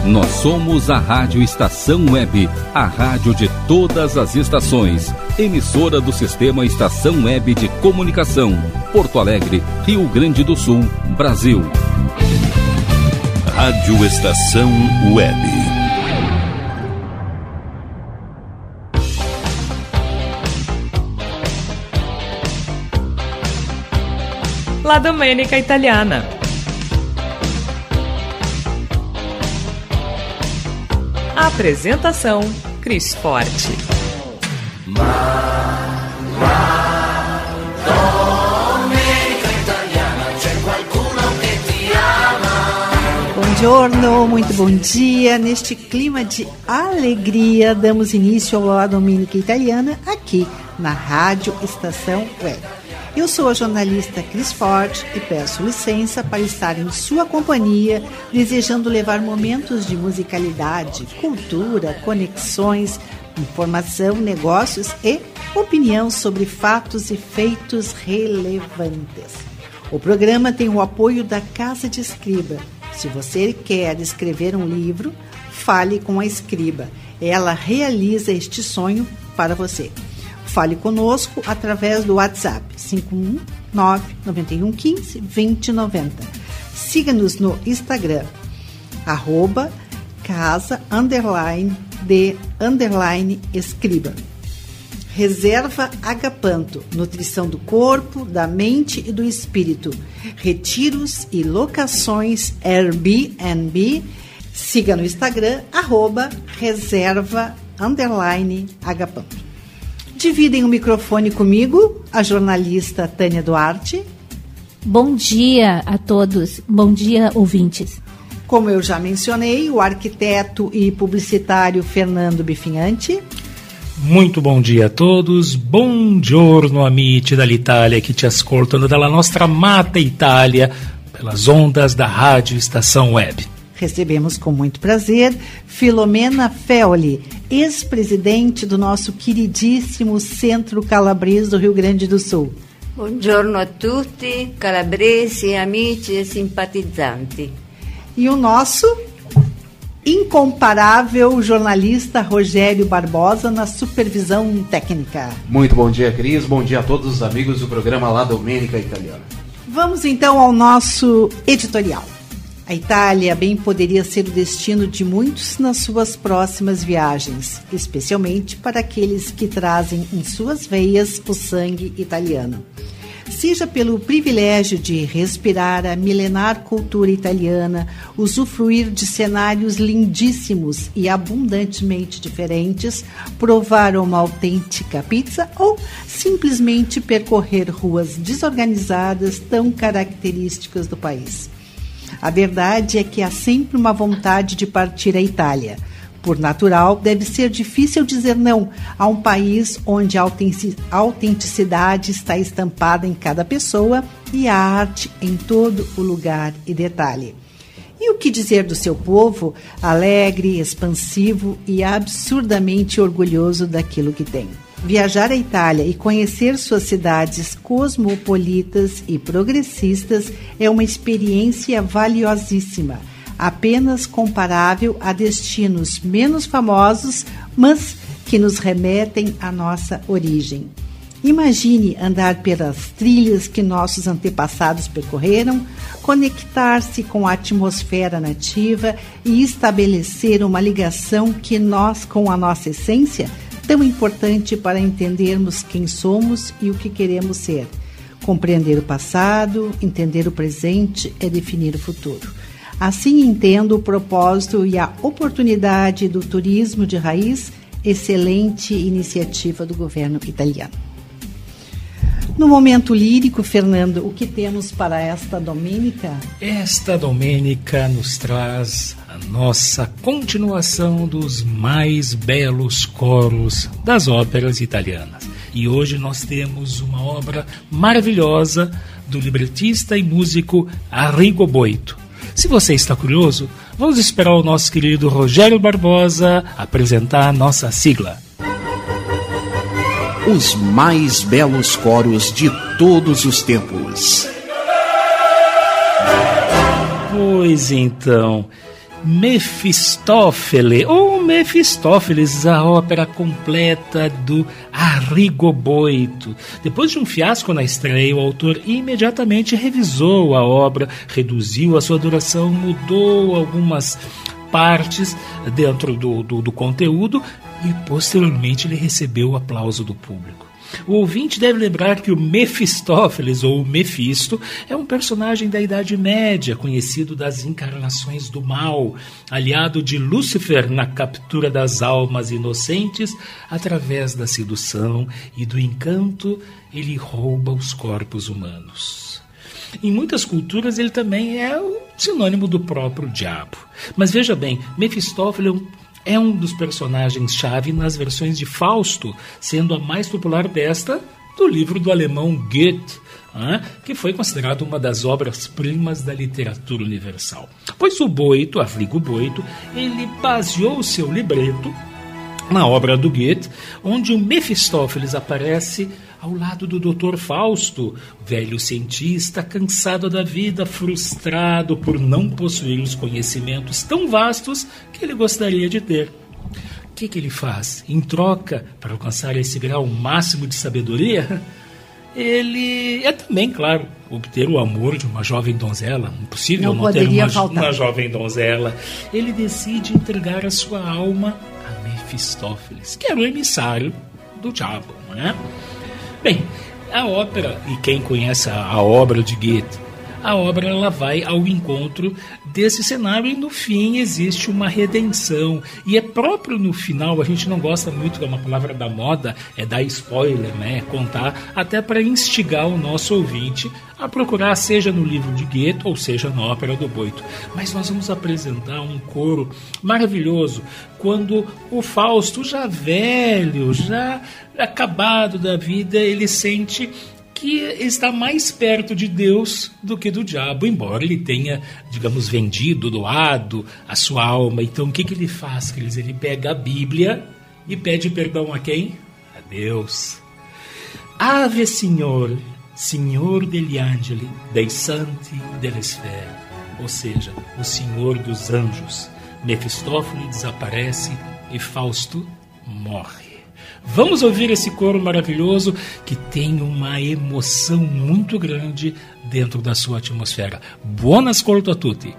Nós somos a Rádio Estação Web, a rádio de todas as estações. Emissora do Sistema Estação Web de Comunicação. Porto Alegre, Rio Grande do Sul, Brasil. Rádio Estação Web. La Domenica Italiana. Apresentação: Cris Forte. Buongiorno, muito bom dia. Neste clima de alegria, damos início ao La Domenica Italiana aqui na Rádio Estação Web. Eu sou a jornalista Cris Forte e peço licença para estar em sua companhia, desejando levar momentos de musicalidade, cultura, conexões, informação, negócios e opinião sobre fatos e feitos relevantes. O programa tem o apoio da Casa de Escriba. Se você quer escrever um livro, fale com a Escriba. Ela realiza este sonho para você. Fale conosco através do WhatsApp 519-9115-2090. Siga-nos no Instagram, @casa_de_escriba. Reserva Agapanto, nutrição do corpo, da mente e do espírito. Retiros e locações Airbnb. Siga no Instagram, @reserva_agapanto. Dividem o microfone comigo, a jornalista Tânia Duarte. Bom dia a todos, bom dia, ouvintes. Como eu já mencionei, o arquiteto e publicitário Fernando Bifinhanti. Muito bom dia a todos, buongiorno amici dall'Italia che ci ascoltano dalla nostra amata Itália pelas ondas da Rádio Estação Web. Recebemos com muito prazer Filomena Feoli, ex-presidente do nosso queridíssimo Centro Calabrese do Rio Grande do Sul. Buongiorno a tutti, calabresi, amici e simpatizzanti. E o nosso incomparável jornalista Rogério Barbosa na supervisão técnica. Muito bom dia, Cris. Bom dia a todos os amigos do programa La Domenica Italiana. Vamos então ao nosso editorial. A Itália bem poderia ser o destino de muitos nas suas próximas viagens, especialmente para aqueles que trazem em suas veias o sangue italiano. Seja pelo privilégio de respirar a milenar cultura italiana, usufruir de cenários lindíssimos e abundantemente diferentes, provar uma autêntica pizza ou simplesmente percorrer ruas desorganizadas tão características do país. A verdade é que há sempre uma vontade de partir à Itália. Por natural, deve ser difícil dizer não a um país onde a autenticidade está estampada em cada pessoa e a arte em todo o lugar e detalhe. E o que dizer do seu povo, alegre, expansivo e absurdamente orgulhoso daquilo que tem? Viajar à Itália e conhecer suas cidades cosmopolitas e progressistas é uma experiência valiosíssima, apenas comparável a destinos menos famosos, mas que nos remetem à nossa origem. Imagine andar pelas trilhas que nossos antepassados percorreram, conectar-se com a atmosfera nativa e estabelecer uma ligação com a nossa essência, tão importante para entendermos quem somos e o que queremos ser. Compreender o passado, entender o presente é definir o futuro. Assim entendo o propósito e a oportunidade do turismo de raiz, excelente iniciativa do governo italiano. No momento lírico, Fernando, o que temos para esta Domênica? Esta Domênica nos traz a nossa continuação dos mais belos coros das óperas italianas. E hoje nós temos uma obra maravilhosa do libretista e músico Arrigo Boito. Se você está curioso, vamos esperar o nosso querido Rogério Barbosa apresentar a nossa sigla. Os mais belos coros de todos os tempos. Pois então, Mefistófeles, ou Mefistófeles, a ópera completa do Arrigo Boito. Depois de um fiasco na estreia, o autor imediatamente revisou a obra, reduziu a sua duração, mudou algumas partes dentro do conteúdo e posteriormente ele recebeu o aplauso do público. O ouvinte deve lembrar que o Mefistófeles, ou Mefisto, é um personagem da Idade Média, conhecido das encarnações do mal, aliado de Lúcifer na captura das almas inocentes, através da sedução e do encanto, ele rouba os corpos humanos. Em muitas culturas ele também é o sinônimo do próprio diabo. Mas veja bem, Mefistófeles é um dos personagens-chave nas versões de Fausto, sendo a mais popular desta do livro do alemão Goethe, que foi considerado uma das obras-primas da literatura universal. Pois o Boito, Arrigo Boito, ele baseou seu libreto na obra do Goethe, onde o Mefistófeles aparece ao lado do Dr. Fausto, velho cientista cansado da vida, frustrado por não possuir os conhecimentos tão vastos que ele gostaria de ter. O que ele faz? Em troca, para alcançar esse grau máximo de sabedoria, ele é também, claro, obter o amor de uma jovem donzela. Impossível não ter uma jovem donzela. Ele decide entregar a sua alma a Mefistófeles, que era o emissário do diabo, não é? Bem, a ópera, e quem conhece a obra de Goethe, a obra ela vai ao encontro desse cenário e no fim existe uma redenção. E é próprio no final, a gente não gosta muito, que é uma palavra da moda, é dar spoiler, né? Contar, até para instigar o nosso ouvinte a procurar, seja no livro de Goethe ou seja na ópera do Boito. Mas nós vamos apresentar um coro maravilhoso, quando o Fausto, já velho, já acabado da vida, ele sente que está mais perto de Deus do que do diabo, embora ele tenha, digamos, vendido, doado a sua alma. Então o que ele faz? Ele pega a Bíblia e pede perdão a quem? A Deus. Ave Signor, Signor degli Angeli, dei Santi delle Sfere, ou seja, o Senhor dos anjos. Mefistófeles desaparece e Fausto morre. Vamos ouvir esse coro maravilhoso que tem uma emoção muito grande dentro da sua atmosfera. Buon ascolto a tutti.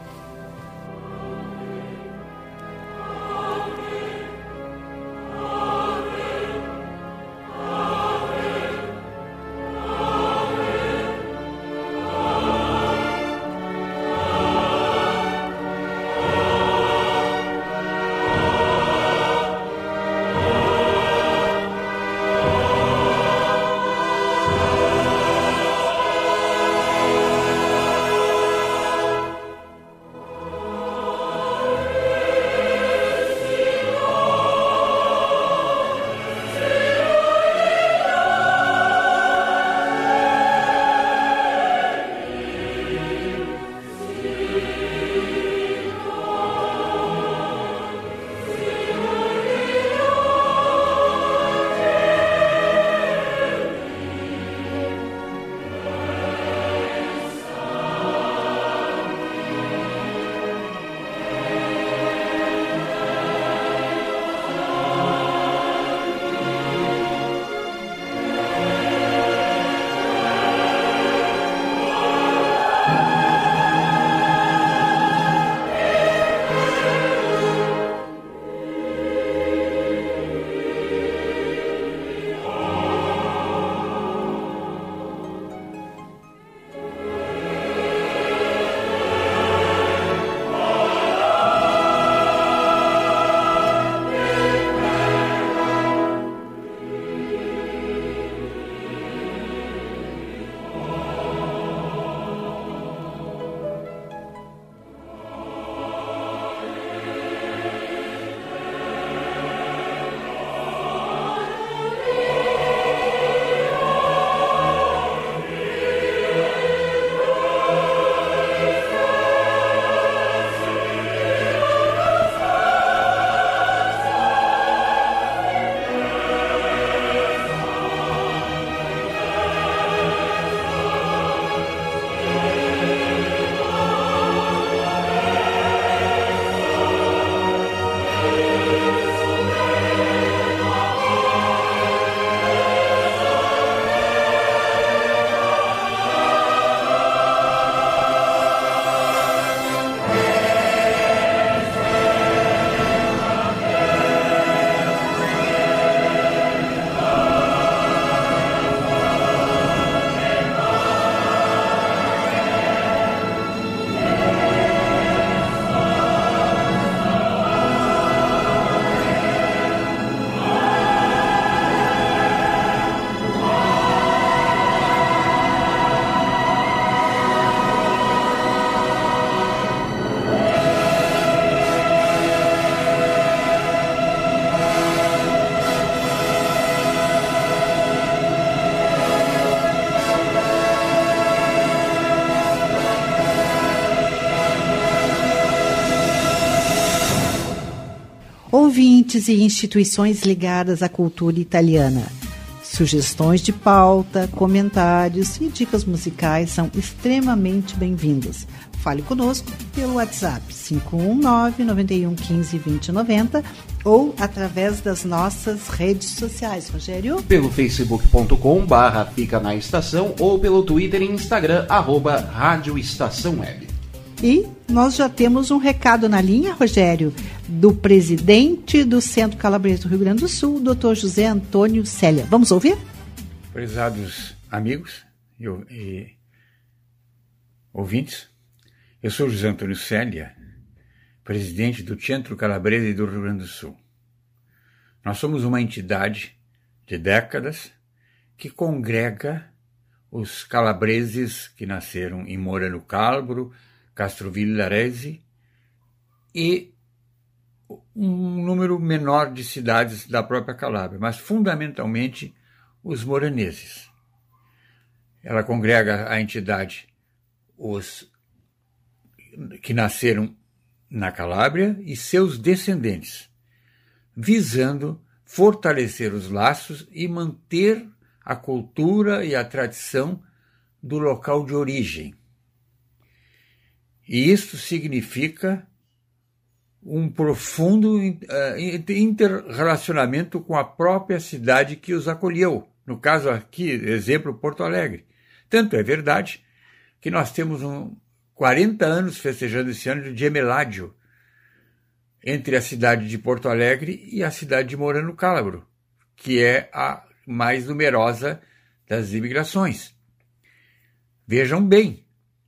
ouvintes e instituições ligadas à cultura italiana. Sugestões de pauta, comentários e dicas musicais são extremamente bem-vindos. Fale conosco pelo WhatsApp 519-9115-2090 ou através das nossas redes sociais, Rogério. Pelo facebook.com/Fica na Estação ou pelo Twitter e Instagram, @Rádio Estação Web. E nós já temos um recado na linha, Rogério, do presidente do Centro Calabrese do Rio Grande do Sul, Dr. José Antônio Célia. Vamos ouvir? Prezados amigos e ouvintes, eu sou José Antônio Célia, presidente do Centro Calabrese do Rio Grande do Sul. Nós somos uma entidade de décadas que congrega os calabreses que nasceram em Morano Calabro, Castrovillarese e um número menor de cidades da própria Calábria, mas fundamentalmente os moraneses. Ela congrega a entidade os que nasceram na Calábria e seus descendentes, visando fortalecer os laços e manter a cultura e a tradição do local de origem. E isso significa um profundo interrelacionamento com a própria cidade que os acolheu. No caso aqui, exemplo, Porto Alegre. Tanto é verdade que nós temos 40 anos festejando esse ano de gemeládio entre a cidade de Porto Alegre e a cidade de Morano Calabro, que é a mais numerosa das imigrações. Vejam bem,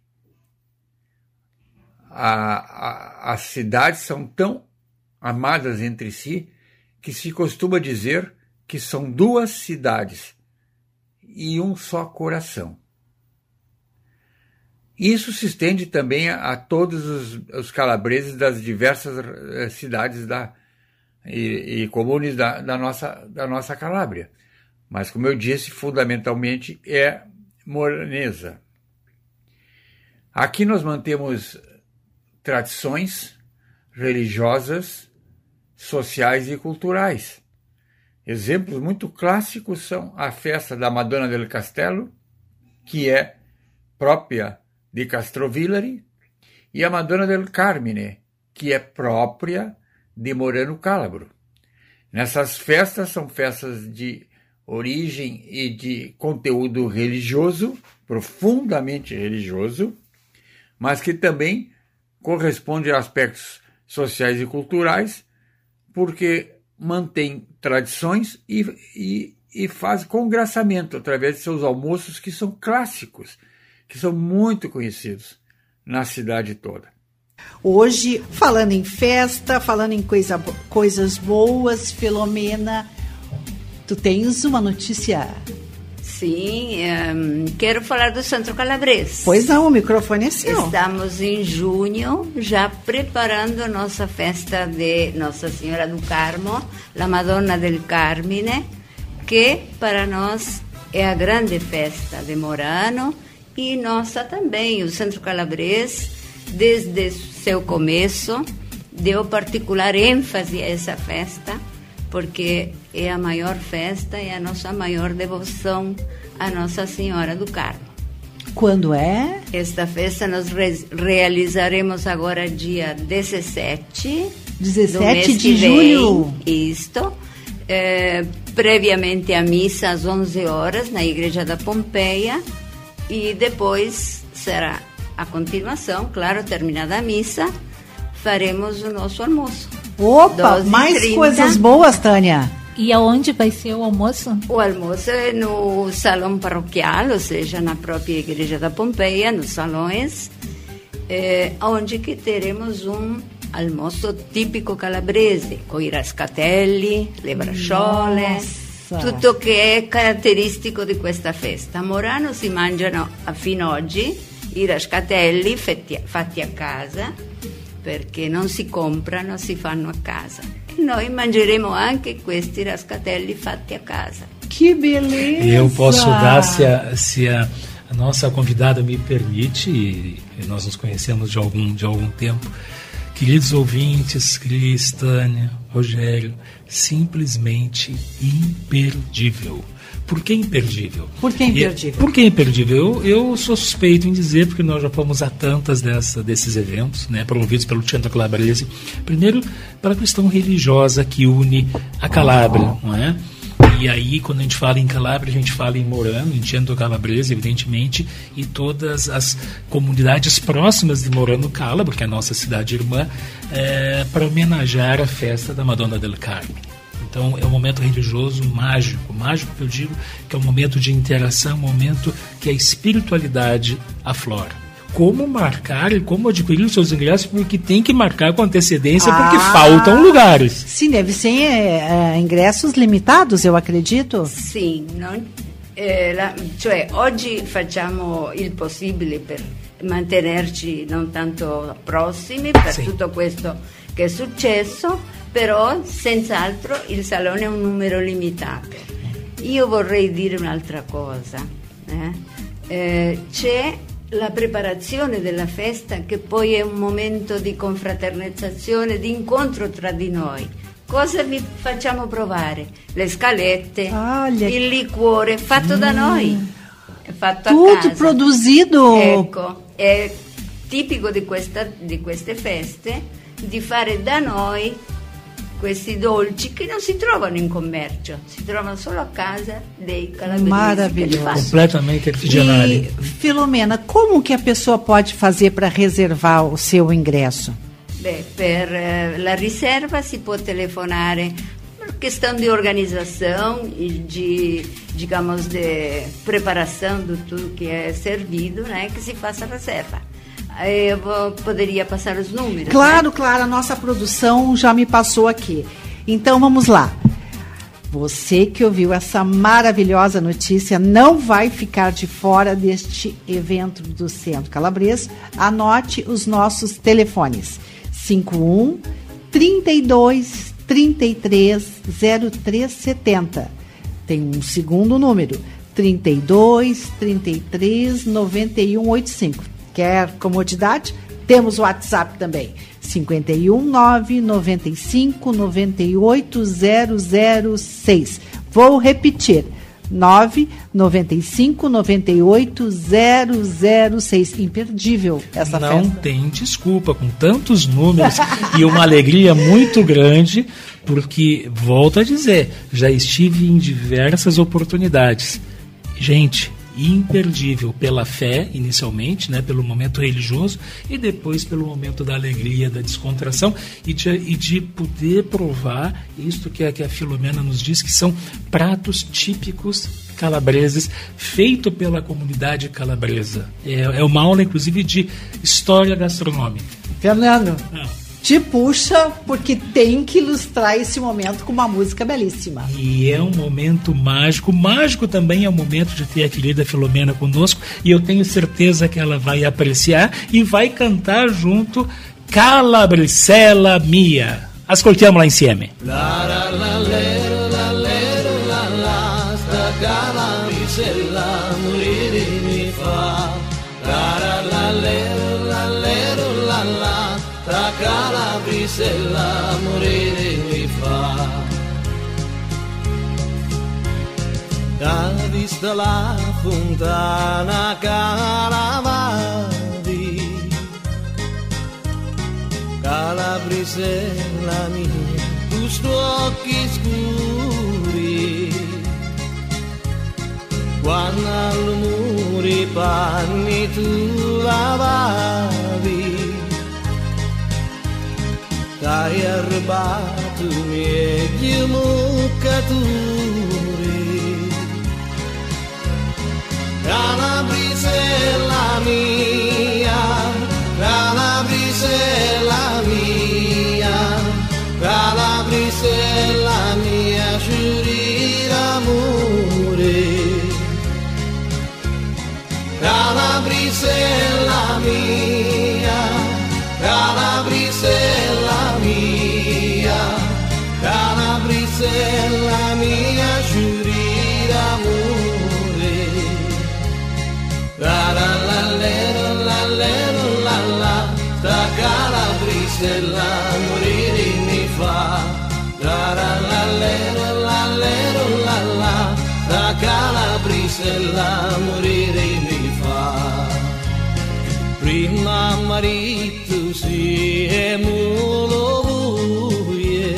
as cidades são tão amadas entre si que se costuma dizer que são duas cidades e um só coração. Isso se estende também a todos os calabreses das diversas cidades e comunes da nossa Calábria. Mas, como eu disse, fundamentalmente é moranesa. Aqui nós mantemos tradições religiosas, sociais e culturais. Exemplos muito clássicos são a festa da Madonna del Castello, que é própria de Castrovillari, e a Madonna del Carmine, que é própria de Morano Calabro. Nessas festas são festas de origem e de conteúdo religioso, profundamente religioso, mas que também corresponde a aspectos sociais e culturais, porque mantém tradições e faz congraçamento através de seus almoços, que são clássicos, que são muito conhecidos na cidade toda. Hoje, falando em festa, falando em coisas boas, Filomena, tu tens uma notícia? Sim, quero falar do Centro Calabrese. Pois não, o microfone é seu. Estamos em junho, já preparando a nossa festa de Nossa Senhora do Carmo, a Madonna del Carmine, que para nós é a grande festa de Morano e nossa também. O Centro Calabrese, desde seu começo, deu particular ênfase a essa festa, porque é a maior festa e a nossa maior devoção a Nossa Senhora do Carmo. Quando é? Esta festa nós realizaremos agora dia 17 do mês de julho. Isto. Previamente a missa às 11 horas na Igreja da Pompeia e depois será a continuação, claro, terminada a missa, faremos o nosso almoço. Opa, mais coisas boas, Tânia. E aonde vai ser o almoço? O almoço é no salão paroquial, ou seja, na própria Igreja da Pompeia, nos salões, onde que teremos um almoço típico calabrese, com i rascatelli, le bracciole, tutto che è caratteristico di questa festa. A Morano si mangiano fino oggi i rascatelli fatti a casa, perché non si comprano, si fanno a casa. E noi mangeremo anche questi rascatelli fatti a casa. Que beleza! Eu posso dar, se a nossa convidada me permite, e nós nos conhecemos de algum tempo, Queridos ouvintes, Cris, Tânia, Rogério, simplesmente imperdível. Por que imperdível? Por que imperdível? Por que imperdível? Eu sou suspeito em dizer, porque nós já fomos a tantas desses eventos, né, promovidos pelo Centro Calabrese. Primeiro, pela questão religiosa que une a Calábria, não é? E aí, quando a gente fala em Calábria, a gente fala em Morano, em Centro Calabrese, evidentemente, e todas as comunidades próximas de Morano Calabro, que é a nossa cidade irmã, para homenagear a festa da Madonna del Carme. Então, é um momento religioso mágico. Mágico que eu digo que é um momento de interação, um momento que a espiritualidade aflora. Como marcar e como adquirir os seus ingressos, porque tem que marcar com antecedência, porque faltam lugares. Sim, deve ser ingressos limitados, eu acredito. Sì, cioè oggi facciamo il possibile per mantenerci non tanto prossimi per tutto questo che è successo, però senz'altro il salone è un numero limitato. Io vorrei dire un'altra cosa, c'è la preparazione della festa, che poi è un momento di confraternizzazione, di incontro tra di noi. Cosa vi facciamo provare? Le scalette, il liquore fatto da noi, è fatto a casa. Tutto produzido. Ecco, è tipico di queste feste di fare da noi questi dolci che non si trovano in commercio, si trovano solo a casa dei calabresi. Maravilhoso. Completamente artigianali. E, Filomena, como que a pessoa pode fazer para reservar o seu ingresso? Beh, per la riserva si può telefonare, questão de organização e de preparação de tudo que é servido, né, que se faça a reserva. Eu poderia passar os números. Claro, né? Claro, a nossa produção já me passou aqui. Então vamos lá. Você que ouviu essa maravilhosa notícia não vai ficar de fora deste evento do Centro Calabrese. Anote os nossos telefones: 51 32 33 0370. Tem um segundo número: 32 33 91 85. Quer comodidade? Temos o WhatsApp também, 51 995 98 006. Vou repetir, 995 98 006. Imperdível essa festa. Não tem desculpa, com tantos números e uma alegria muito grande, porque, volto a dizer, já estive em diversas oportunidades. Gente, imperdível pela fé, inicialmente, né, pelo momento religioso, e depois pelo momento da alegria, da descontração e de poder provar isto que a Filomena nos diz, que são pratos típicos calabreses, feito pela comunidade calabresa. É uma aula, inclusive, de história gastronômica. Fernando, te puxa, porque tem que ilustrar esse momento com uma música belíssima. E é um momento mágico. Mágico também é o momento de ter a querida Filomena conosco, e eu tenho certeza que ela vai apreciar e vai cantar junto Calabricella Mia. Ascoltiamo lá insieme. Calabricella morire mi fa, la Calabricella morire mi fa. Da vista la fontana Calavavi, Calabricella mia, questi occhi scuri, quando al muri panni tu lavavi, t'hai arrubato i miei muccatori. Calabrisella mia, Calabrisella mia, Calabrisella mia, giuri d'amore. Calabrisella mia, Calabrisella mia, Calabrisella mia, giuri d'amore. La la la la. brisella morire mi fa, la la la la la la, da Calabrisella morire mi fa. Prima marito si è mulo buie,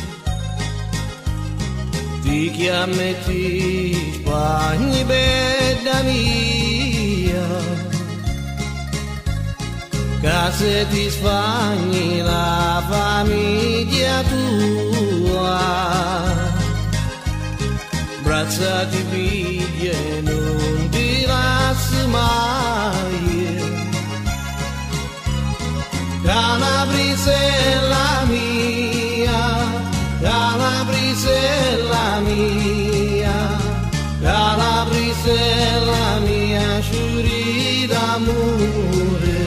ti chiamati Spagni bella mia, case di Spagni la famiglia tua, braccia di biglie non ti lasci mai. Calabrisella mia, Calabrisella mia, Calabrisella mia, giuri d'amore.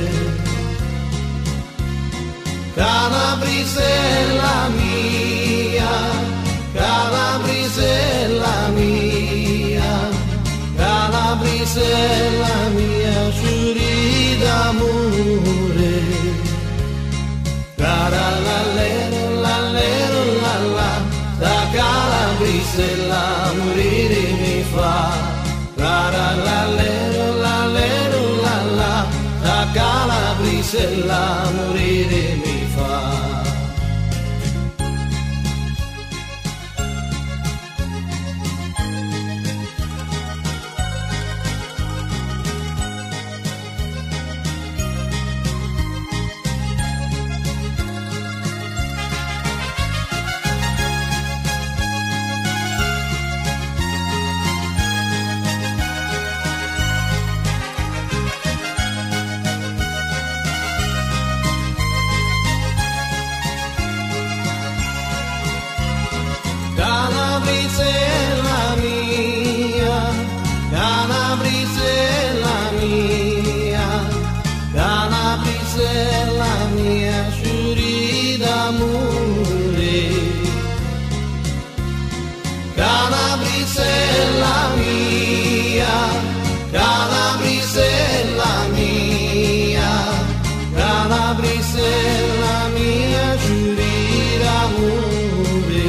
Calabrisella mia, Calabrisella mia, Calabrisella mia, giuri d'amore. La la la la la, da Calabrisella morire mi fa. La la la la la, da Calabrisella morire mi fa. Calabrisella mia, Calabrisella mia, Calabrisella mia, giuri d'amore. Calabrisella mia, Calabrisella mia, Calabrisella mia, giuri d'amore.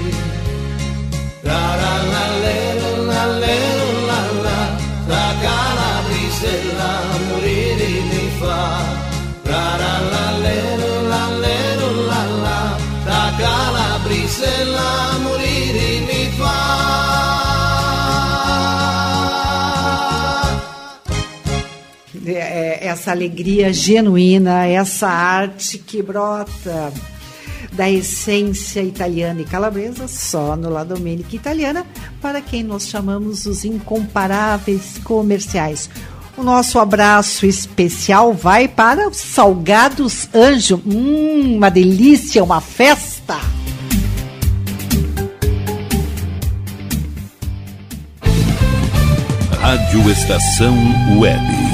La la la la la, da Calabrisella morire mi fa. La la la la, da Calabrisella morire mi fa. Essa alegria genuína, essa arte que brota da essência italiana e calabresa, só no La Domenica Italiana, para quem nós chamamos os incomparáveis comerciais. O nosso abraço especial vai para os Salgados Anjo. Uma delícia, uma festa! Rádio Estação Web.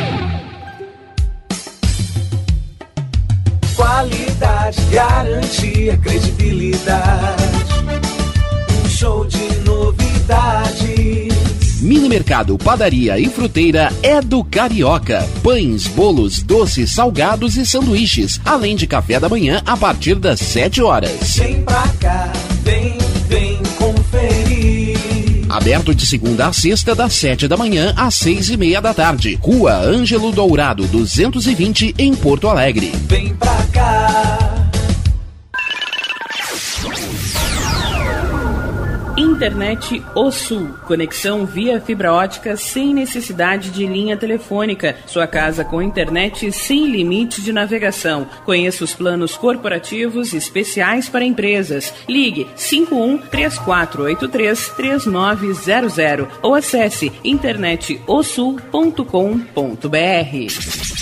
Qualidade, garantia, credibilidade. Um show de novidades. Mini Mercado, Padaria e Fruteira é do Carioca. Pães, bolos, doces, salgados e sanduíches, além de café da manhã a partir das 7 horas. Vem pra cá, vem conferir. Aberto de segunda a sexta, das 7 da manhã às 6:30 da tarde. Rua Ângelo Dourado, 220, em Porto Alegre. Vem pra cá. Internet O Sul. Conexão via fibra ótica sem necessidade de linha telefônica. Sua casa com internet sem limite de navegação. Conheça os planos corporativos especiais para empresas. Ligue 51-3483-3900 ou acesse internetosul.com.br.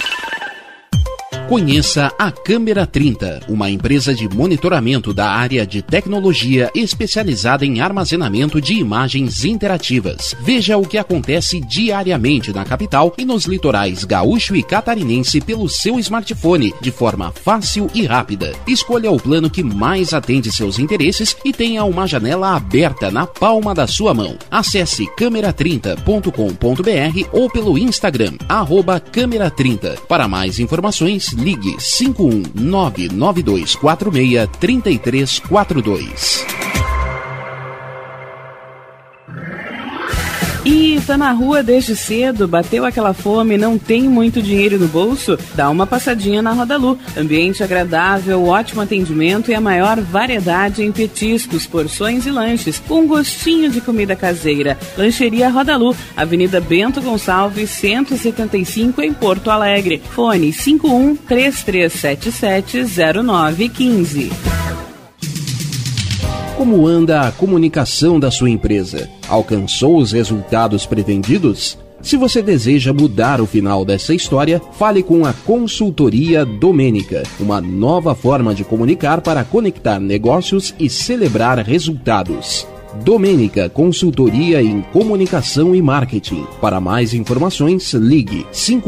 Conheça a Câmera 30, uma empresa de monitoramento da área de tecnologia especializada em armazenamento de imagens interativas. Veja o que acontece diariamente na capital e nos litorais gaúcho e catarinense pelo seu smartphone, de forma fácil e rápida. Escolha o plano que mais atende seus interesses e tenha uma janela aberta na palma da sua mão. Acesse câmera30.com.br ou pelo Instagram, @câmera30. Para mais informações, Ligue 51992463342. E tá na rua desde cedo, bateu aquela fome, não tem muito dinheiro no bolso? Dá uma passadinha na Rodalu. Ambiente agradável, ótimo atendimento e a maior variedade em petiscos, porções e lanches, com gostinho de comida caseira. Lancheria Rodalu, Avenida Bento Gonçalves, 175 em Porto Alegre. Fone 51-3377-0915. Como anda a comunicação da sua empresa? Alcançou os resultados pretendidos? Se você deseja mudar o final dessa história, fale com a Consultoria Domênica, uma nova forma de comunicar para conectar negócios e celebrar resultados. Domênica Consultoria em Comunicação e Marketing. Para mais informações, ligue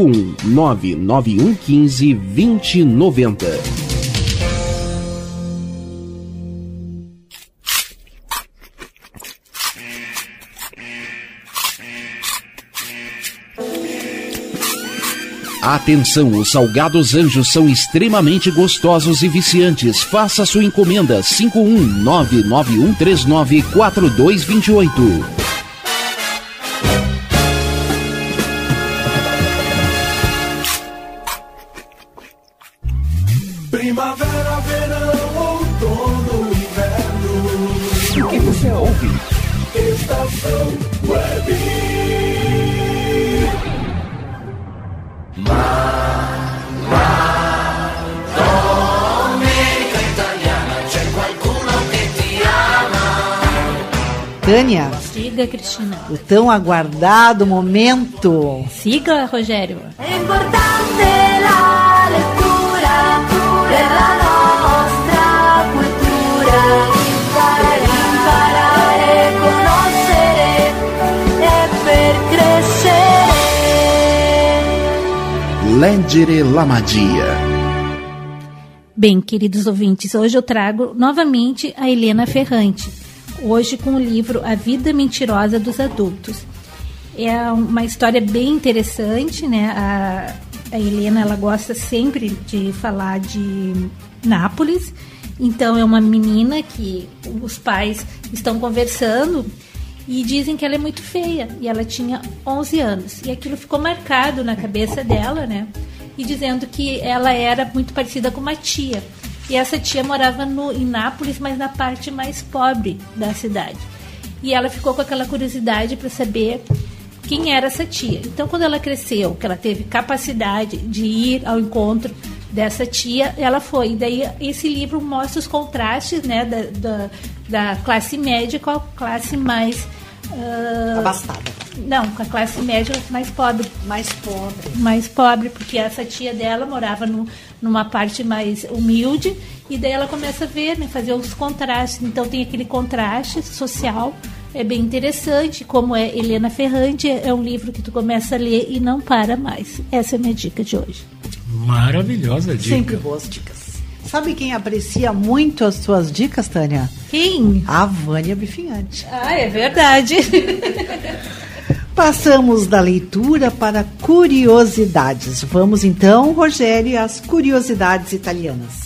51991152090. Atenção, os salgados Anjos são extremamente gostosos e viciantes. Faça sua encomenda 51991394228. Primavera, verão, outono, inverno. O que você ouve? Estação Web. Domenica italiana, c'è qualcuno che ti ama. Tânia, Diga, Cristina. o tão aguardado momento. Siga, Rogério. È importante la lettura per la nostra cultura. Imparare, conoscere e per crescere. Leggere la magia. Bem, queridos ouvintes, hoje eu trago novamente a Helena Ferrante, hoje com o livro A Vida Mentirosa dos Adultos. É uma história bem interessante, né? A Helena, ela gosta sempre de falar de Nápoles, então é uma menina que os pais estão conversando e dizem que ela é muito feia, e ela tinha 11 anos, e aquilo ficou marcado na cabeça dela, né? E dizendo que ela era muito parecida com uma tia. E essa tia morava em Nápoles, mas na parte mais pobre da cidade. E ela ficou com aquela curiosidade para saber quem era essa tia. Então, quando ela cresceu, que ela teve capacidade de ir ao encontro dessa tia, ela foi. E daí, esse livro mostra os contrastes, né, da classe média com a classe mais... abastada. Não, com a classe média mais pobre. Mais pobre, porque essa tia dela morava numa parte mais humilde, e daí ela começa a ver, né, fazer os contrastes. Então tem aquele contraste social, é bem interessante. Como é Helena Ferrante, é um livro que tu começa a ler e não para mais. Essa é a minha dica de hoje. Maravilhosa dica. Sempre boas dicas. Sabe quem aprecia muito as suas dicas, Tânia? Quem? A Vânia Bifinhante. Ah, é verdade. Passamos da leitura para curiosidades. Vamos então, Rogério, às curiosidades italianas.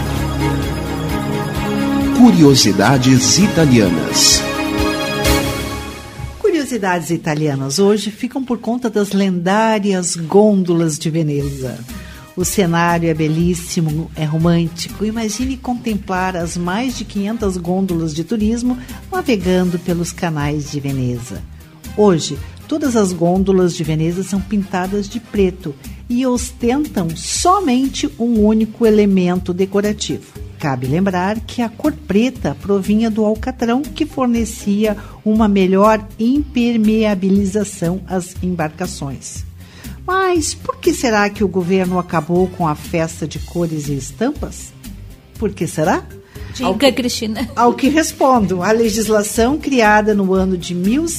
Curiosidades italianas. Curiosidades italianas hoje ficam por conta das lendárias gôndolas de Veneza. O cenário é belíssimo, é romântico. Imagine contemplar as mais de 500 gôndolas de turismo navegando pelos canais de Veneza. Hoje, todas as gôndolas de Veneza são pintadas de preto e ostentam somente um único elemento decorativo. Cabe lembrar que a cor preta provinha do alcatrão, que fornecia uma melhor impermeabilização às embarcações. Mas por que será que o governo acabou com a festa de cores e estampas? Por que será? Diga, Cristina. Ao que respondo, a legislação criada no ano de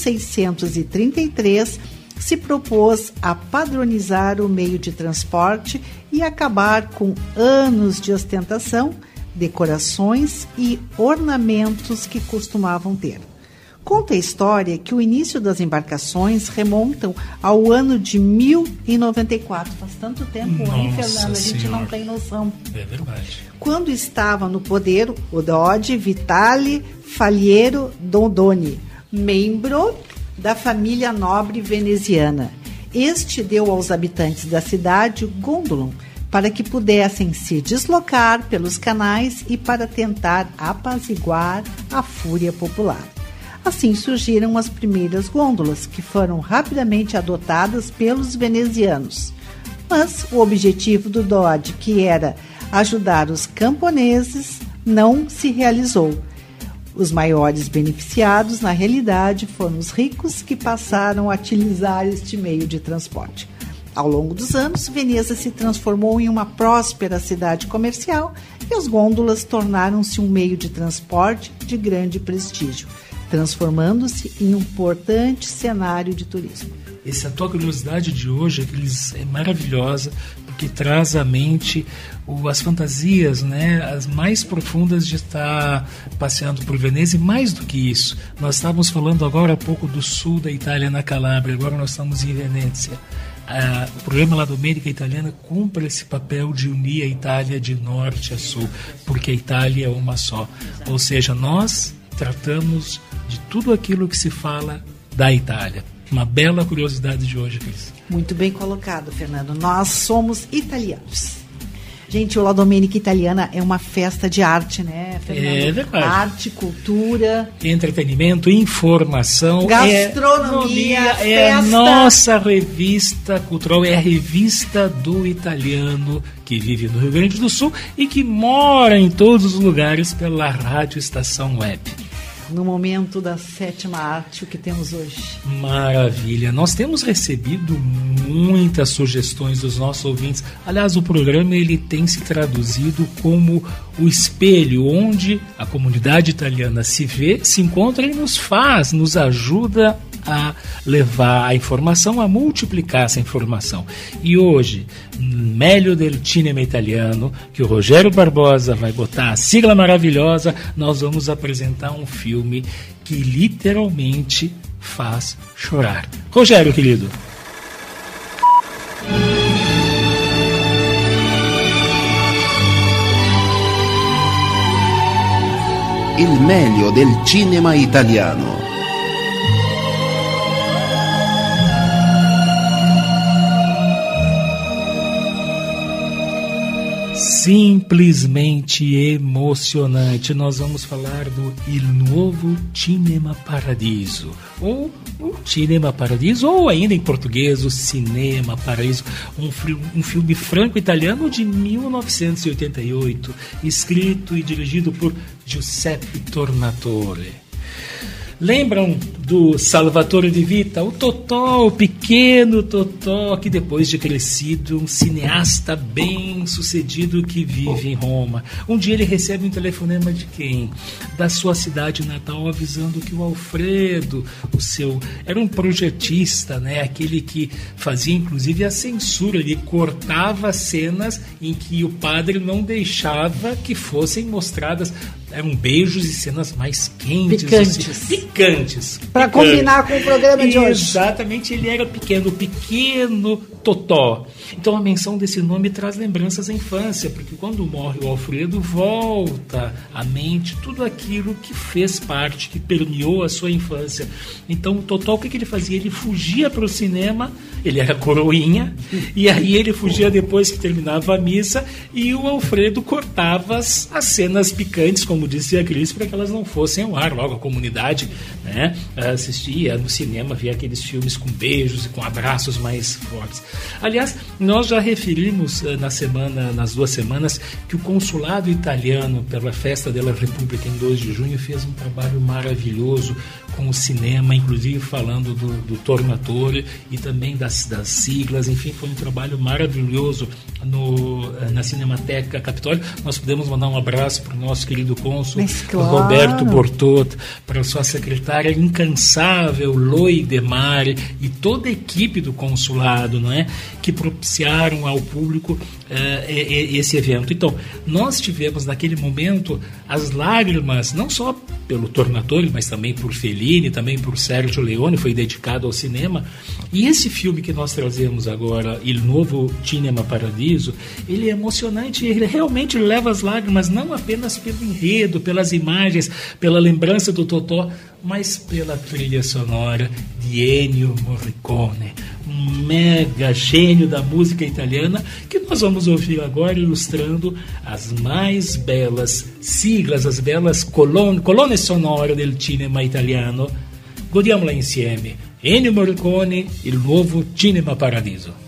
1633 se propôs a padronizar o meio de transporte e acabar com anos de ostentação, decorações e ornamentos que costumavam ter. Conta a história que o início das embarcações remontam ao ano de 1094. Faz tanto tempo, hein, Fernando? A gente não tem noção. É verdade. Quando estava no poder o Doge Vitale Faliero Dondoni, membro da família nobre veneziana. Este deu aos habitantes da cidade o gondolon para que pudessem se deslocar pelos canais e para tentar apaziguar a fúria popular. Assim surgiram as primeiras gôndolas, que foram rapidamente adotadas pelos venezianos. Mas o objetivo do Doge, que era ajudar os camponeses, não se realizou. Os maiores beneficiados, na realidade, foram os ricos que passaram a utilizar este meio de transporte. Ao longo dos anos, Veneza se transformou em uma próspera cidade comercial e as gôndolas tornaram-se um meio de transporte de grande prestígio, transformando-se em um importante cenário de turismo. Essa tua curiosidade de hoje é maravilhosa, porque traz à mente as fantasias, né, as mais profundas de estar passeando por Veneza. E mais do que isso, nós estávamos falando agora há pouco do sul da Itália, na Calábria, agora nós estamos em Venezia. O programa La Domenica Italiana cumpre esse papel de unir a Itália de norte a sul, porque a Itália é uma só. Ou seja, nós tratamos de tudo aquilo que se fala da Itália. Uma bela curiosidade de hoje, Cris. Muito bem colocado, Fernando. Nós somos italianos. Gente, o La Domenica Italiana é uma festa de arte, né, Fernando? É verdade. Arte, cultura, entretenimento, informação, gastronomia, é a nossa revista cultural, é a revista do italiano que vive no Rio Grande do Sul e que mora em todos os lugares pela Rádio Estação Web. No momento da 7ª arte, o que temos hoje? Maravilha! Nós temos recebido muitas sugestões dos nossos ouvintes. Aliás, o programa ele tem se traduzido como o espelho onde a comunidade italiana se vê, se encontra e nos ajuda a levar a informação, a multiplicar essa informação. E hoje, Meglio del Cinema Italiano, que o Rogério Barbosa vai botar a sigla maravilhosa, nós vamos apresentar um filme que literalmente faz chorar. Rogério, querido. Il meglio del cinema italiano. Simplesmente emocionante. Nós vamos falar do Il Nuovo Cinema Paradiso, ou o Cinema Paradiso, ou ainda em português o Cinema Paraíso, um filme franco-italiano de 1988, escrito e dirigido por Giuseppe Tornatore. Lembram do Salvatore Di Vita, o Totò, o pequeno Totò, que depois de crescido, um cineasta bem sucedido que vive em Roma. Um dia ele recebe um telefonema de quem? Da sua cidade natal, avisando que o Alfredo, era um projetista, né? Aquele que fazia inclusive a censura, ele cortava cenas em que o padre não deixava que fossem mostradas. Eram beijos e cenas mais quentes. Picantes. Para combinar com o programa de hoje. Exatamente, ele era pequeno Totò. Então a menção desse nome traz lembranças da infância, porque quando morre o Alfredo, volta à mente tudo aquilo que fez parte, que permeou a sua infância. Então o Totò, o que ele fazia? Ele fugia para o cinema, ele era coroinha, e aí ele fugia depois que terminava a missa, e o Alfredo cortava as cenas picantes, como disse a Cris, para que elas não fossem ao ar. Logo a comunidade, né, assistia no cinema, via aqueles filmes com beijos e com abraços mais fortes. Aliás, nós já referimos nas 2 semanas que o consulado italiano, pela Festa della Repubblica em 2 de junho, fez um trabalho maravilhoso com o cinema, inclusive falando do Tornatore e também das siglas. Enfim, foi um trabalho maravilhoso na Cinemateca Capitólio. Nós podemos mandar um abraço para o nosso querido cônsul, claro, Roberto Bortotto, para a sua secretária incansável, Loi De Mare, e toda a equipe do consulado, não é? né, que propiciaram ao público esse evento. Então, nós tivemos naquele momento as lágrimas, não só pelo Tornatore, mas também por Fellini, também por Sergio Leone, foi dedicado ao cinema. E esse filme que nós trazemos agora, Il Nuovo Cinema Paradiso, ele é emocionante, ele realmente leva as lágrimas, não apenas pelo enredo, pelas imagens, pela lembrança do Totò, mas pela trilha sonora de Ennio Morricone, um mega gênio da música italiana, que nós vamos ouvir agora ilustrando as mais belas siglas, as belas colonne sonore del cinema italiano. Godiamola insieme. Ennio Morricone, Il Nuovo Cinema Paradiso.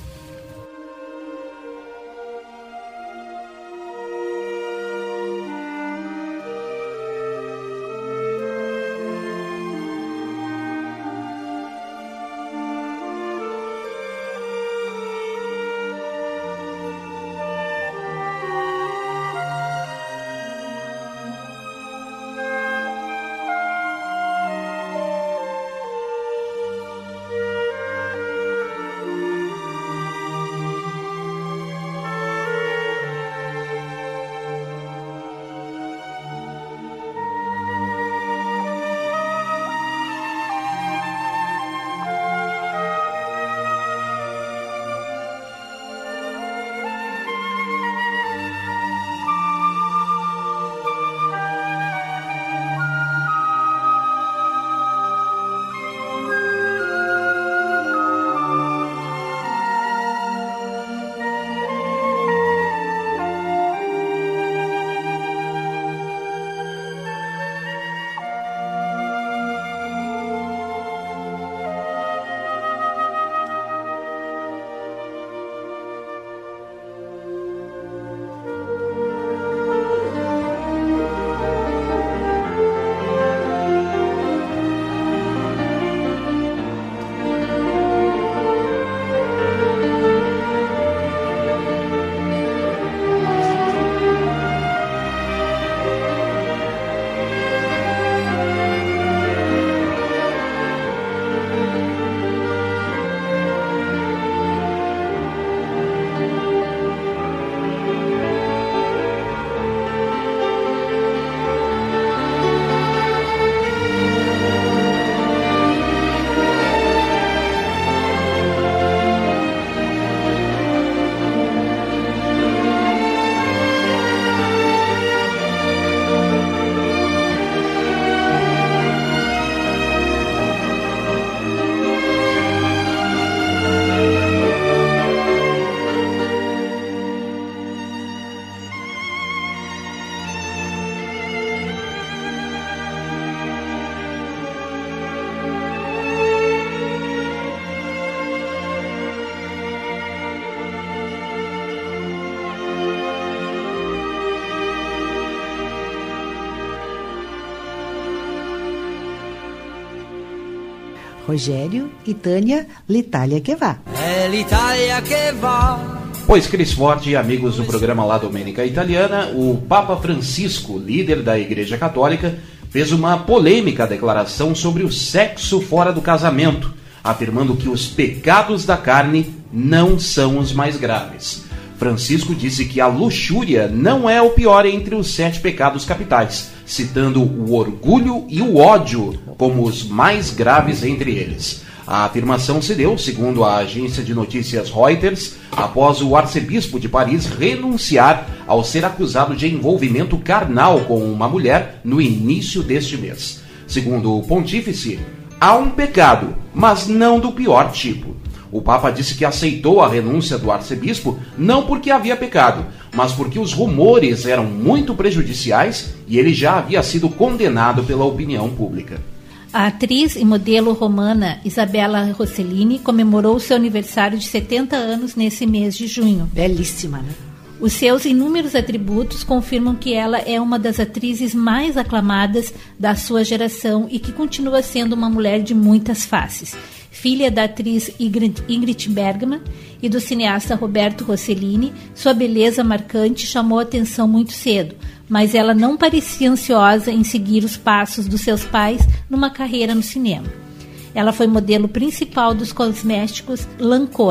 Rogério e Tânia, l'Italia che va. É l'Italia che va. Pois, Cris Forte e amigos do programa La Domenica Italiana, o Papa Francisco, líder da Igreja Católica, fez uma polêmica declaração sobre o sexo fora do casamento, afirmando que os pecados da carne não são os mais graves. Francisco disse que a luxúria não é o pior entre os 7 pecados capitais, citando o orgulho e o ódio como os mais graves entre eles. A afirmação se deu, segundo a agência de notícias Reuters, após o arcebispo de Paris renunciar ao ser acusado de envolvimento carnal com uma mulher no início deste mês. Segundo o pontífice, há um pecado, mas não do pior tipo. O Papa disse que aceitou a renúncia do arcebispo não porque havia pecado, mas porque os rumores eram muito prejudiciais e ele já havia sido condenado pela opinião pública. A atriz e modelo romana Isabella Rossellini comemorou seu aniversário de 70 anos nesse mês de junho. Belíssima, né? Os seus inúmeros atributos confirmam que ela é uma das atrizes mais aclamadas da sua geração e que continua sendo uma mulher de muitas faces. Filha da atriz Ingrid Bergman e do cineasta Roberto Rossellini, sua beleza marcante chamou a atenção muito cedo, mas ela não parecia ansiosa em seguir os passos dos seus pais numa carreira no cinema. Ela foi modelo principal dos cosméticos Lancôme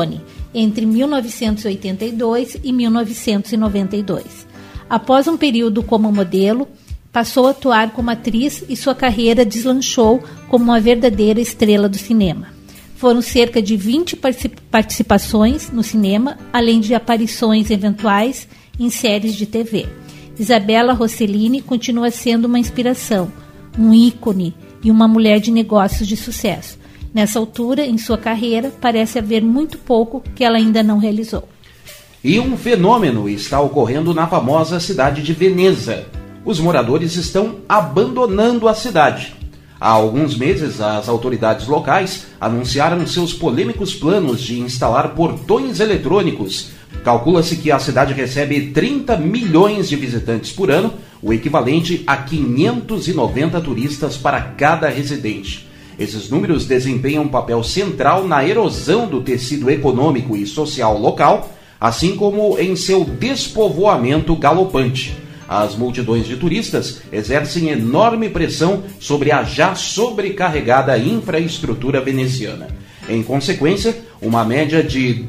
entre 1982 e 1992. Após um período como modelo, passou a atuar como atriz e sua carreira deslanchou como uma verdadeira estrela do cinema. Foram cerca de 20 participações no cinema, além de aparições eventuais em séries de TV. Isabella Rossellini continua sendo uma inspiração, um ícone e uma mulher de negócios de sucesso. Nessa altura, em sua carreira, parece haver muito pouco que ela ainda não realizou. E um fenômeno está ocorrendo na famosa cidade de Veneza. Os moradores estão abandonando a cidade. Há alguns meses, as autoridades locais anunciaram seus polêmicos planos de instalar portões eletrônicos. Calcula-se que a cidade recebe 30 milhões de visitantes por ano, o equivalente a 590 turistas para cada residente. Esses números desempenham um papel central na erosão do tecido econômico e social local, assim como em seu despovoamento galopante. As multidões de turistas exercem enorme pressão sobre a já sobrecarregada infraestrutura veneziana. Em consequência, uma média de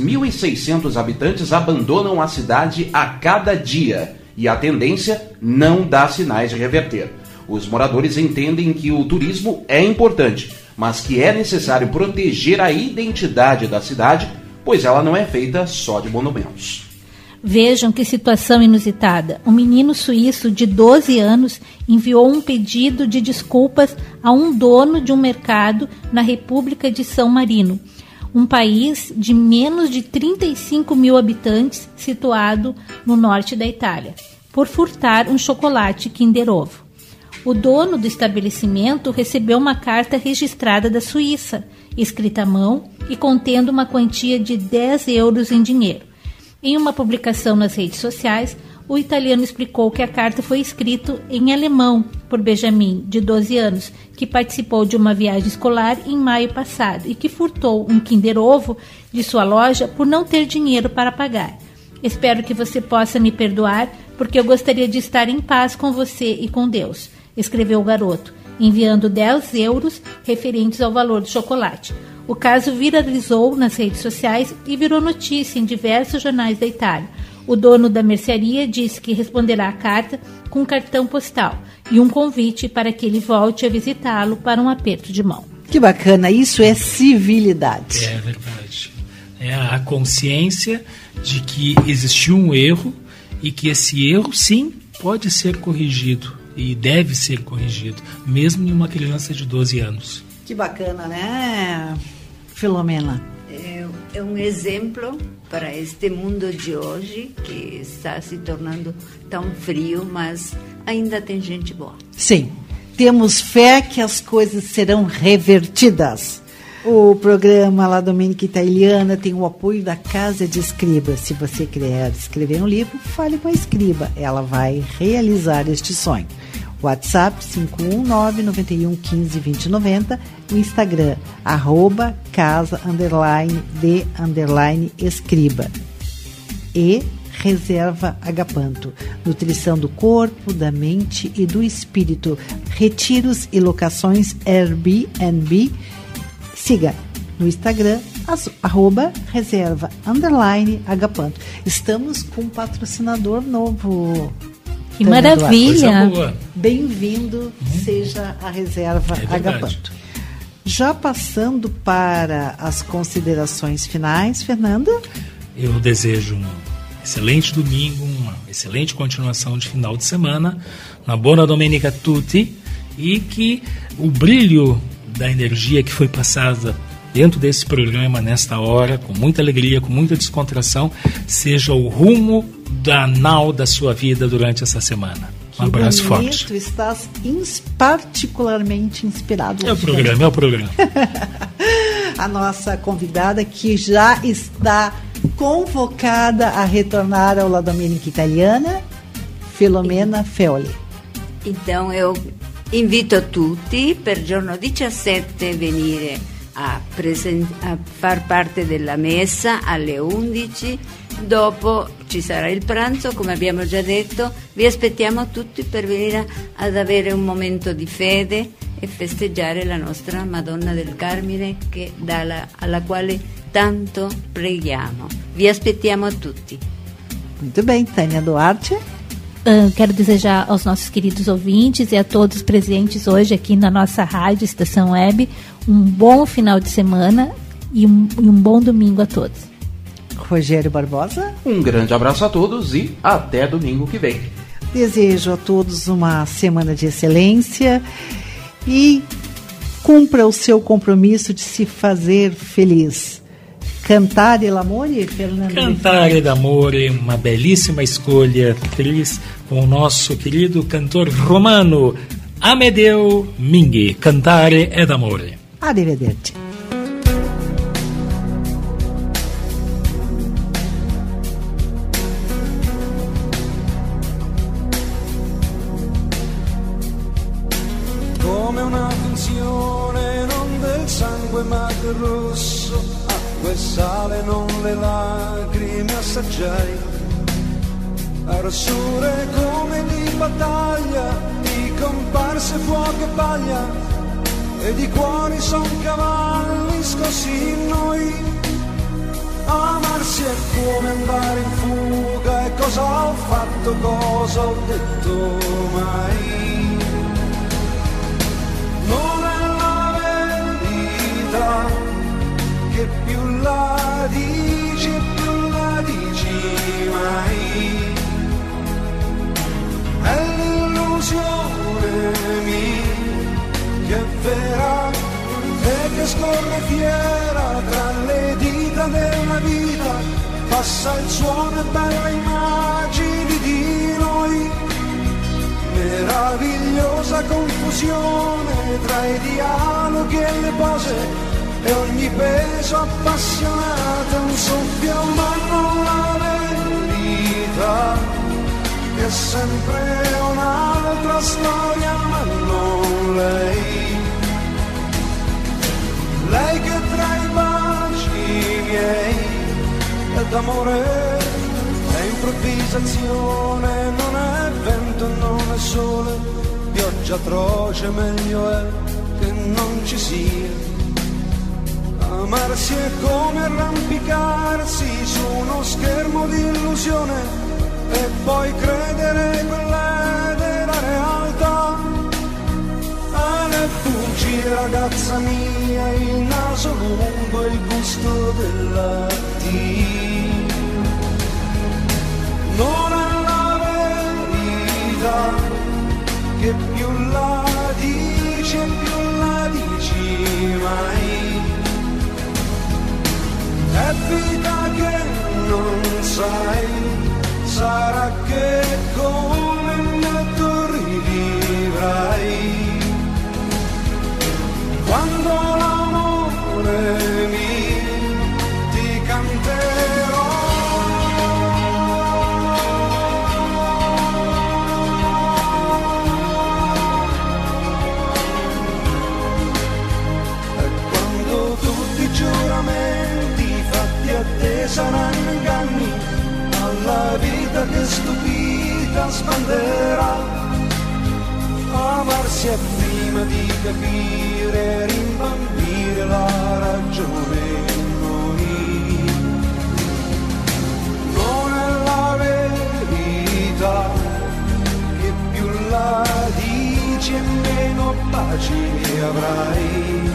2.600 habitantes abandonam a cidade a cada dia, e a tendência não dá sinais de reverter. Os moradores entendem que o turismo é importante, mas que é necessário proteger a identidade da cidade, pois ela não é feita só de monumentos. Vejam que situação inusitada. Um menino suíço de 12 anos enviou um pedido de desculpas a um dono de um mercado na República de São Marino, um país de menos de 35 mil habitantes situado no norte da Itália, por furtar um chocolate Kinder Ovo. O dono do estabelecimento recebeu uma carta registrada da Suíça, escrita à mão e contendo uma quantia de 10 euros em dinheiro. Em uma publicação nas redes sociais, o italiano explicou que a carta foi escrita em alemão por Benjamin, de 12 anos, que participou de uma viagem escolar em maio passado e que furtou um Kinder Ovo de sua loja por não ter dinheiro para pagar. Espero que você possa me perdoar, porque eu gostaria de estar em paz com você e com Deus, escreveu o garoto, enviando 10 euros referentes ao valor do chocolate. O caso viralizou nas redes sociais e virou notícia em diversos jornais da Itália. O dono da mercearia disse que responderá à carta com um cartão postal e um convite para que ele volte a visitá-lo para um aperto de mão. Que bacana, isso é civilidade. É verdade. É a consciência de que existiu um erro e que esse erro, sim, pode ser corrigido e deve ser corrigido, mesmo em uma criança de 12 anos. Que bacana, né, Filomena? É um exemplo para este mundo de hoje que está se tornando tão frio, mas ainda tem gente boa. Sim, temos fé que as coisas serão revertidas. O programa La Domenica Italiana tem o apoio da Casa de Escriba. Se você quer escrever um livro, fale com a Escriba. Ela vai realizar este sonho. WhatsApp 519-9115-2090, o Instagram @casa_de_escriba e Reserva Agapanto, nutrição do corpo, da mente e do espírito, retiros e locações Airbnb. Siga no Instagram @reserva_agapanto. Estamos com um patrocinador novo. Que maravilha! Bem-vindo, seja a Reserva Agapanto. Já passando para as considerações finais, Fernanda? Eu desejo um excelente domingo, uma excelente continuação de final de semana, uma buona domenica a tutti, e que o brilho da energia que foi passada dentro desse programa, nesta hora, com muita alegria, com muita descontração, seja o rumo da nau da sua vida durante essa semana. Um abraço forte. Estás particularmente inspirado. É o programa. A nossa convidada que já está convocada a retornar ao La Domenica Italiana, Filomena Feoli. Então eu invito tutti per giorno 17 venire a far parte della messa alle 11. Dopo ci sarà il pranzo, come abbiamo già detto. Vi aspettiamo tutti per venire ad avere un momento di fede e festeggiare la nostra Madonna del Carmine alla quale tanto preghiamo. Vi aspettiamo tutti. Muito bem, Tânia Duarte. Quero desejar aos nossos queridos ouvintes e a todos presentes hoje aqui na nossa rádio Estação Web um bom final de semana e um bom domingo a todos. Rogério Barbosa. Um grande abraço a todos e até domingo que vem. Desejo a todos uma semana de excelência e cumpra o seu compromisso de se fazer feliz. Cantare l'amore, Fernando? Cantare d'amore, uma belíssima escolha, Cris, com o nosso querido cantor romano Amedeo Minghi. Cantare ed amore. Arrivederci. Come una finzione non del sangue ma del rosso, acqua e sale non le lacrime assaggiai, arossure come di battaglia, di comparse fuoco e paglia, e di cuori son cavalli scossi in noi. Amarsi è come andare in fuga, e cosa ho fatto, cosa ho detto mai. Non è la verità, che più la dici mai. È l'illusione mia che è vera e che scorre fiera tra le dita della vita, passa il suono e belle immagini di noi. Meravigliosa confusione tra i dialoghi e le pose, e ogni peso appassionato è un soffio, ma non la verità, che è sempre un'altra storia, ma non lei. Lei che tra i baci miei è d'amore, è improvvisazione, non è vento, non è sole, pioggia atroce, meglio è che non ci sia. Amarsi è come arrampicarsi su uno schermo di illusione e poi credere quella della realtà. Ne fuggi ragazza mia, il naso lungo e il gusto della T. Non è la verità, che più la dici e più la dici mai. È vita che non sai, sarà che come me tu rivivrai. Quando l'amore ti canterò. E quando tutti i giuramenti fatti a te saranno inganni, alla vita che stupita sbanderà. Amarsi è prima di capire, rimbambire la ragione in noi. Non è la verità, che più la dici e meno pace avrai.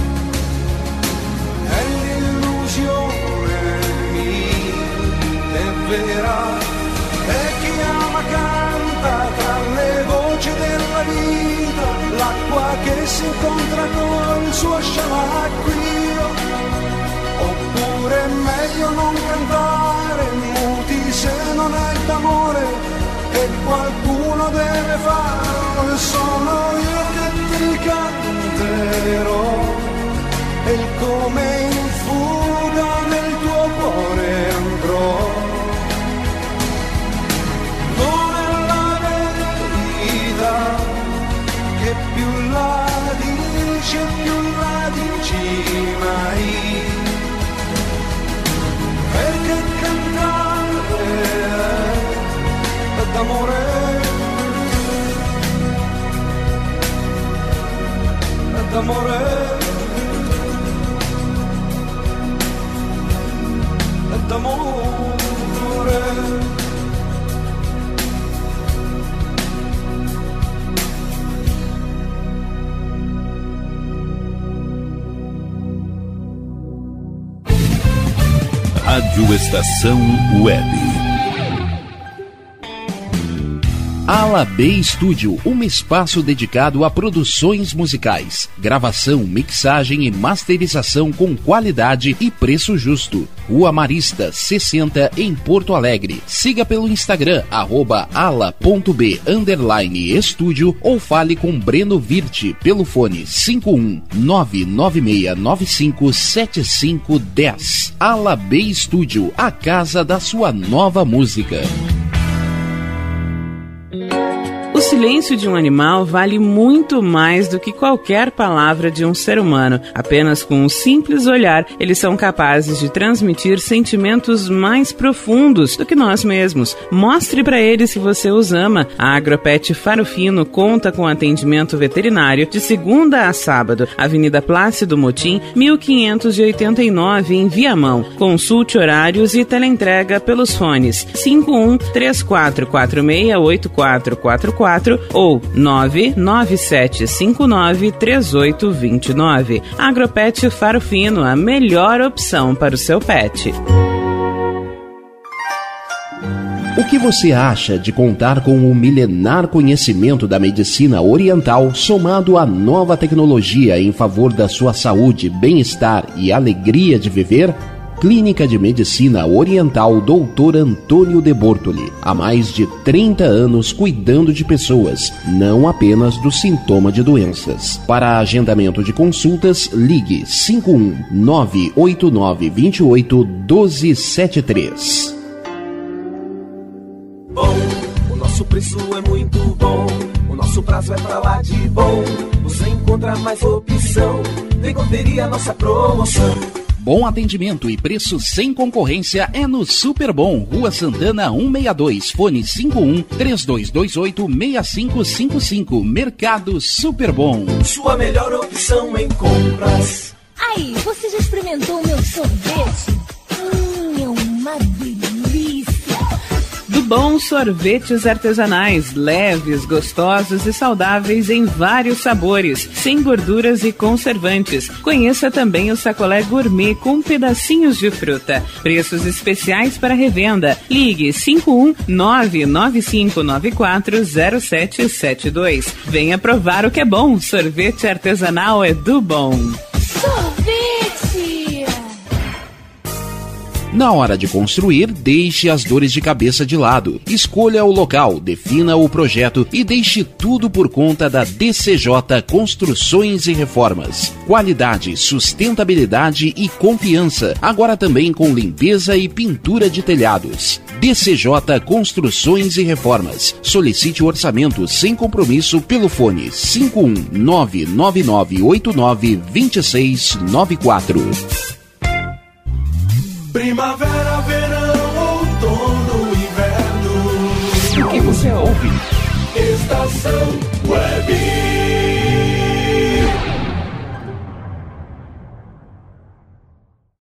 È l'illusione mia, è vera, e chi ama canta tra le voci della vita, l'acqua che si incontra col suo scialacquio. Oppure è meglio non cantare, muti se non è d'amore, e qualcuno deve farlo, e sono io che ti canterò, e il come in fuga nel tuo cuore andrò. Che più la dici e più la dici mai. Perché cantare d'amore. d'amore, d'amore. Rádio Estação Web. Ala B Studio, um espaço dedicado a produções musicais, gravação, mixagem e masterização com qualidade e preço justo. Rua Marista, 60, em Porto Alegre. Siga pelo Instagram, @ala.b_estúdio ou fale com Breno Virte pelo fone 51996957510. Ala B Studio, a casa da sua nova música. O silêncio de um animal vale muito mais do que qualquer palavra de um ser humano. Apenas com um simples olhar, eles são capazes de transmitir sentimentos mais profundos do que nós mesmos. Mostre para eles se você os ama. A Agropet Faro Fino conta com atendimento veterinário de segunda a sábado. Avenida Plácido Motim, 1589, em Viamão. Consulte horários e teleentrega pelos fones 5134468444 ou 997593829. Agropet Faro Fino, a melhor opção para o seu pet. O que você acha de contar com o milenar conhecimento da medicina oriental somado à nova tecnologia em favor da sua saúde, bem-estar e alegria de viver? Clínica de Medicina Oriental Dr. Antônio de Bortoli. Há mais de 30 anos cuidando de pessoas, não apenas do sintoma de doenças. Para agendamento de consultas, ligue 51989281273. Bom, o nosso preço é muito bom, o nosso prazo é pra lá de bom. Você encontra mais opção, vem conferir a nossa promoção. Bom atendimento e preço sem concorrência é no Super Bom, Rua Santana 162, fone 51-3228-6555, Mercado Super Bom. Sua melhor opção em compras. Aí, você já experimentou o meu sorvete? É uma delícia! Do Bom Sorvetes Artesanais, leves, gostosos e saudáveis em vários sabores, sem gorduras e conservantes. Conheça também o sacolé gourmet com pedacinhos de fruta. Preços especiais para revenda. Ligue 51995940772. Venha provar o que é bom. Sorvete artesanal é do Bom. Sorvete! Na hora de construir, deixe as dores de cabeça de lado. Escolha o local, defina o projeto e deixe tudo por conta da DCJ Construções e Reformas. Qualidade, sustentabilidade e confiança. Agora também com limpeza e pintura de telhados. DCJ Construções e Reformas. Solicite o orçamento sem compromisso pelo fone 51999892694. Primavera, verão, outono, inverno. O que você ouve? Estação Web.